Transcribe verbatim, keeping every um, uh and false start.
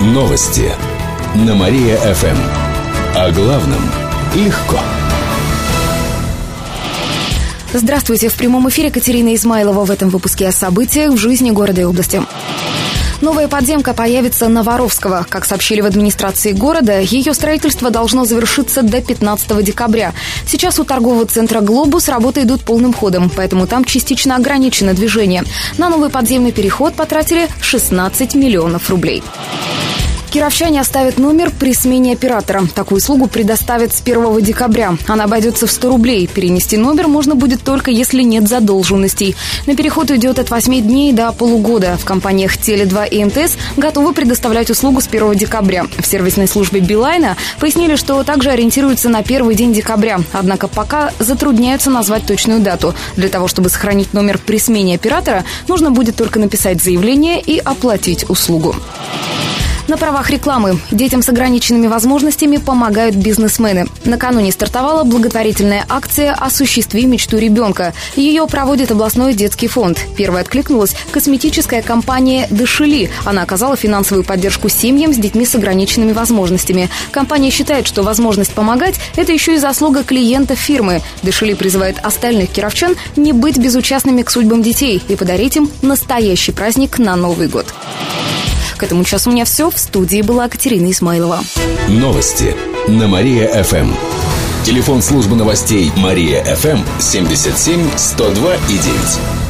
Новости на Мария-ФМ. О главном легко. Здравствуйте, в прямом эфире Катерина Измайлова в этом выпуске о событиях в жизни города и области. Новая подземка появится на Воровского. Как сообщили в администрации города, ее строительство должно завершиться до пятнадцатого декабря. Сейчас у торгового центра «Глобус» работы идут полным ходом, поэтому там частично ограничено движение. На новый подземный переход потратили шестнадцать миллионов рублей. Кировчане оставят номер при смене оператора. Такую услугу предоставят с первого декабря. Она обойдется в сто рублей. Перенести номер можно будет только если нет задолженностей. На переход уйдет от восьми дней до полугода. В компаниях Теле два и МТС готовы предоставлять услугу с первого декабря. В сервисной службе Билайна пояснили, что также ориентируются на первый день декабря. Однако пока затрудняются назвать точную дату. Для того, чтобы сохранить номер при смене оператора, нужно будет только написать заявление и оплатить услугу. На правах рекламы детям с ограниченными возможностями помогают бизнесмены. Накануне стартовала благотворительная акция «Осуществи мечту ребенка». Ее проводит областной детский фонд. Первой откликнулась косметическая компания «Дешили». Она оказала финансовую поддержку семьям с детьми с ограниченными возможностями. Компания считает, что возможность помогать – это еще и заслуга клиентов фирмы. «Дешили» призывает остальных кировчан не быть безучастными к судьбам детей и подарить им настоящий праздник на Новый год. К этому часу у меня все. В студии была Катерина Измайлова. Новости на Мария-ФМ. Телефон службы новостей Мария-ФМ семьдесят семь сто два и девять.